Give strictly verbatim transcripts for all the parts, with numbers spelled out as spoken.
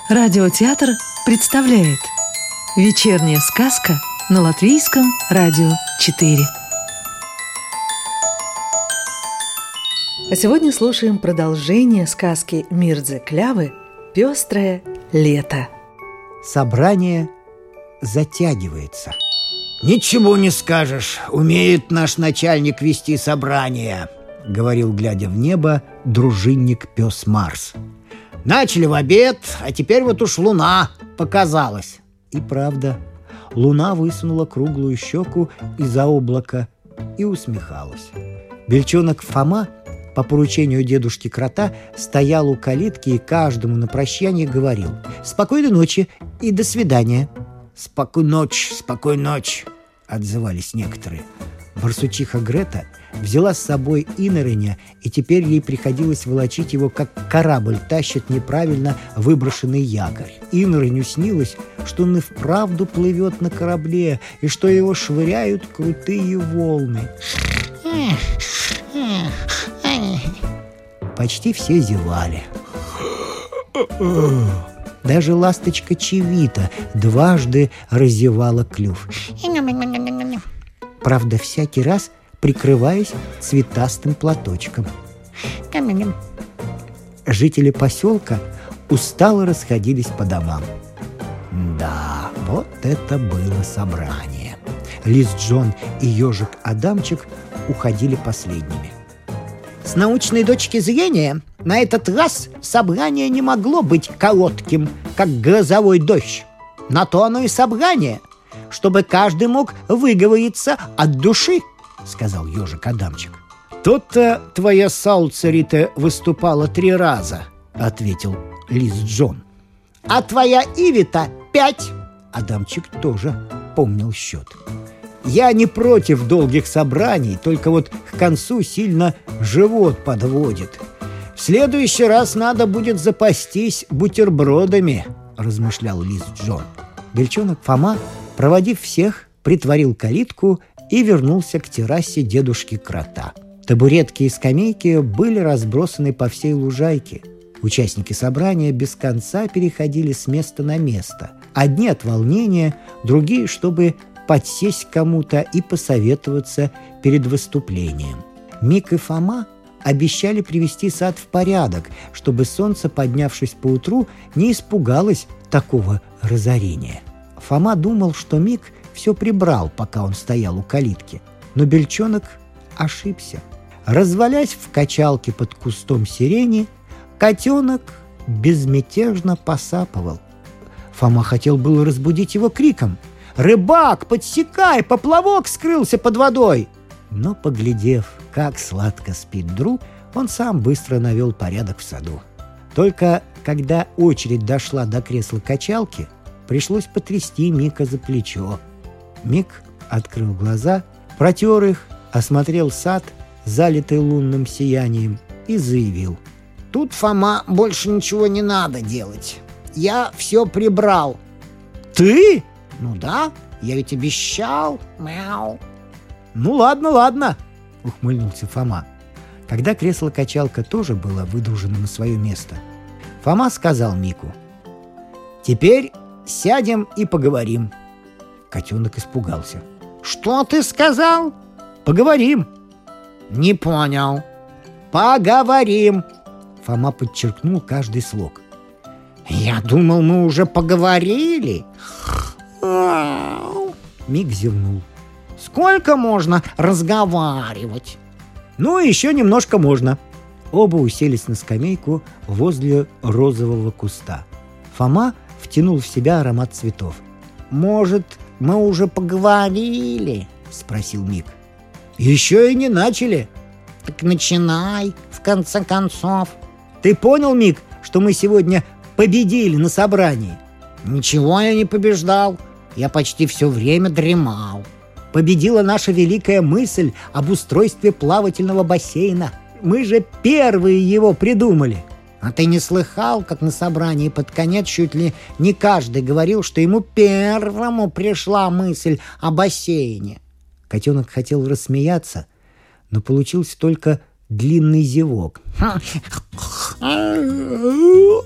Радиотеатр представляет «Вечерняя сказка» на Латвийском радио четыре. А сегодня слушаем продолжение сказки Мирдзе Клявы «Пестрое лето». Собрание затягивается. «Ничего не скажешь, умеет наш начальник вести собрание», — говорил, глядя в небо, дружинник пес Марс. «Начали в обед, а теперь вот уж луна показалась». И правда, луна высунула круглую щеку из-за облака и усмехалась. Бельчонок Фома по поручению дедушки Крота стоял у калитки и каждому на прощание говорил: «Спокойной ночи и до свидания». «Спокойной ночь, спокойной ночь», — отзывались некоторые. Барсучиха Грета взяла с собой Инореня, и теперь ей приходилось волочить его, как корабль тащит неправильно выброшенный якорь. Инореню снилось, что он и вправду плывет на корабле, и что его швыряют крутые волны. Почти все зевали. Даже ласточка Чевита дважды разевала клюв. Правда, всякий раз прикрываясь цветастым платочком. Жители поселка устало расходились по домам. Да, вот это было собрание. Лис Джон и ежик Адамчик уходили последними. С научной точки зрения, на этот раз собрание не могло быть коротким, как грозовой дождь. На то оно и собрание, чтобы каждый мог выговориться от души, — сказал ежик Адамчик. «Тут-то твоя Сауцерита выступала три раза», — ответил Лис Джон. «А твоя Ивита пять». Адамчик тоже помнил счет. «Я не против долгих собраний, только вот к концу сильно живот подводит. В следующий раз надо будет запастись бутербродами», — размышлял Лис Джон. Бельчонок Фома, проводив всех, притворил калитку и вернулся к террасе дедушки Крота. Табуретки и скамейки были разбросаны по всей лужайке. Участники собрания без конца переходили с места на место. Одни от волнения, другие, чтобы подсесть к кому-то и посоветоваться перед выступлением. Мик и Фома обещали привести сад в порядок, чтобы солнце, поднявшись поутру, не испугалось такого разорения. Фома думал, что Мик все прибрал, пока он стоял у калитки. Но Бельчонок ошибся. Развалясь в качалке под кустом сирени, котенок безмятежно посапывал. Фома хотел было разбудить его криком: «Рыбак, подсекай, поплавок скрылся под водой!» Но, поглядев, как сладко спит друг, он сам быстро навел порядок в саду. Только когда очередь дошла до кресла качалки, пришлось потрясти Мика за плечо. Мик открыл глаза, протер их, осмотрел сад, залитый лунным сиянием, и заявил: «Тут, Фома, больше ничего не надо делать. Я все прибрал». «Ты?» «Ну да, я ведь обещал. Мяу». «Ну ладно, ладно», — ухмыльнулся Фома. Когда кресло-качалка тоже было выдружено на свое место, Фома сказал Мику: «Теперь сядем и поговорим». Котенок испугался. «Что ты сказал?» «Поговорим». «Не понял». «Поговорим», — Фома подчеркнул каждый слог. «Я думал, мы уже поговорили». Мик зевнул. «Сколько можно разговаривать?» «Ну, еще немножко можно». Оба уселись на скамейку возле розового куста. Фома втянул в себя аромат цветов. «Может, мы уже поговорили?» — спросил Мик. «Еще и не начали». «Так начинай, в конце концов». «Ты понял, Мик, что мы сегодня победили на собрании?» «Ничего я не побеждал. Я почти все время дремал». «Победила наша великая мысль об устройстве плавательного бассейна. Мы же первые его придумали». «А ты не слыхал, как на собрании под конец чуть ли не каждый говорил, что ему первому пришла мысль о бассейне?» Котенок хотел рассмеяться, но получился только длинный зевок.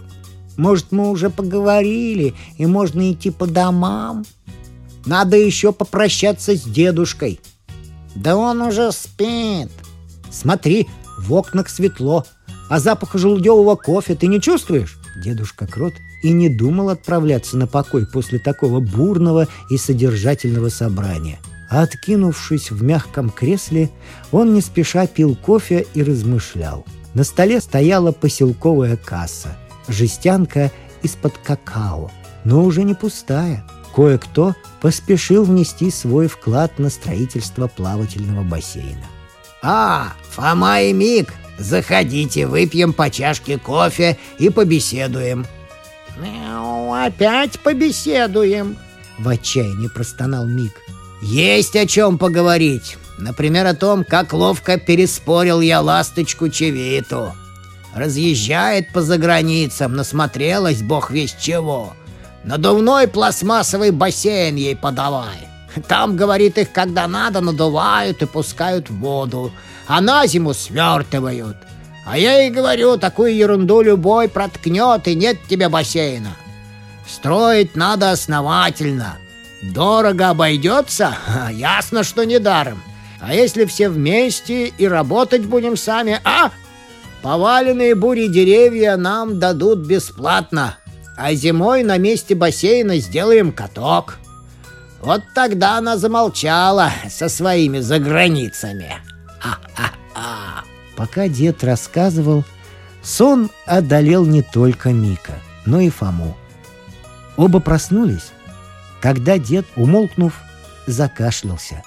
Может, мы уже поговорили, и можно идти по домам? Надо еще попрощаться с дедушкой. Да он уже спит. Смотри, в окнах светло, а запаха желудевого кофе ты не чувствуешь? Дедушка Крот и не думал отправляться на покой после такого бурного и содержательного собрания. А откинувшись в мягком кресле, он не спеша пил кофе и размышлял. На столе стояла поселковая касса, жестянка из-под какао, но уже не пустая. Кое-кто поспешил внести свой вклад на строительство плавательного бассейна. «А, Фома и Мик, заходите, выпьем по чашке кофе и побеседуем». «Ну, опять побеседуем», — в отчаянии простонал Мик. «Есть о чем поговорить. Например, о том, как ловко переспорил я ласточку Чевиту. Разъезжает по заграницам, насмотрелась бог весть чего. Надувной пластмассовый бассейн ей подавай. Там, говорит, их когда надо надувают и пускают в воду, а на зиму свертывают. А я ей говорю, такую ерунду любой проткнет, и нет тебе бассейна. Строить надо основательно. Дорого обойдется? Ясно, что не даром. А если все вместе и работать будем сами, а? Поваленные бурей деревья нам дадут бесплатно, а зимой на месте бассейна сделаем каток». Вот тогда она замолчала со своими заграницами. Ха-ха-ха. Пока дед рассказывал, сон одолел не только Мика, но и Фому. Оба проснулись, когда дед, умолкнув, закашлялся.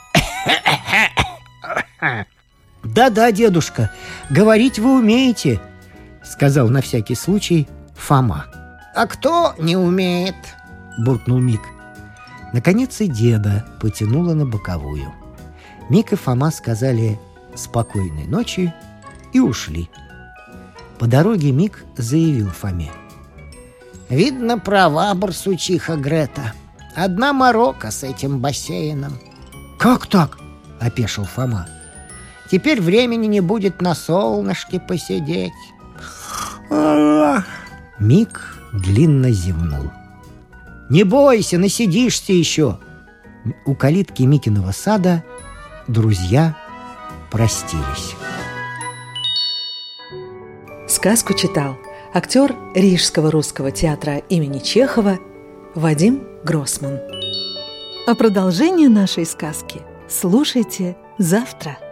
«Да-да, дедушка, говорить вы умеете», — сказал на всякий случай Фома. «А кто не умеет?» — буркнул Мик. Наконец и деда потянуло на боковую. Мик и Фома сказали «спокойной ночи» и ушли. По дороге Мик заявил Фоме: «Видно, права барсучиха Грета. Одна морока с этим бассейном». «Как так?» — опешил Фома. «Теперь времени не будет на солнышке посидеть». Мик длинно зевнул. «Не бойся, насидишься еще». У калитки Микиного сада друзья простились. Сказку читал актер Рижского русского театра имени Чехова Вадим Гроссман. А продолжение нашей сказки слушайте завтра.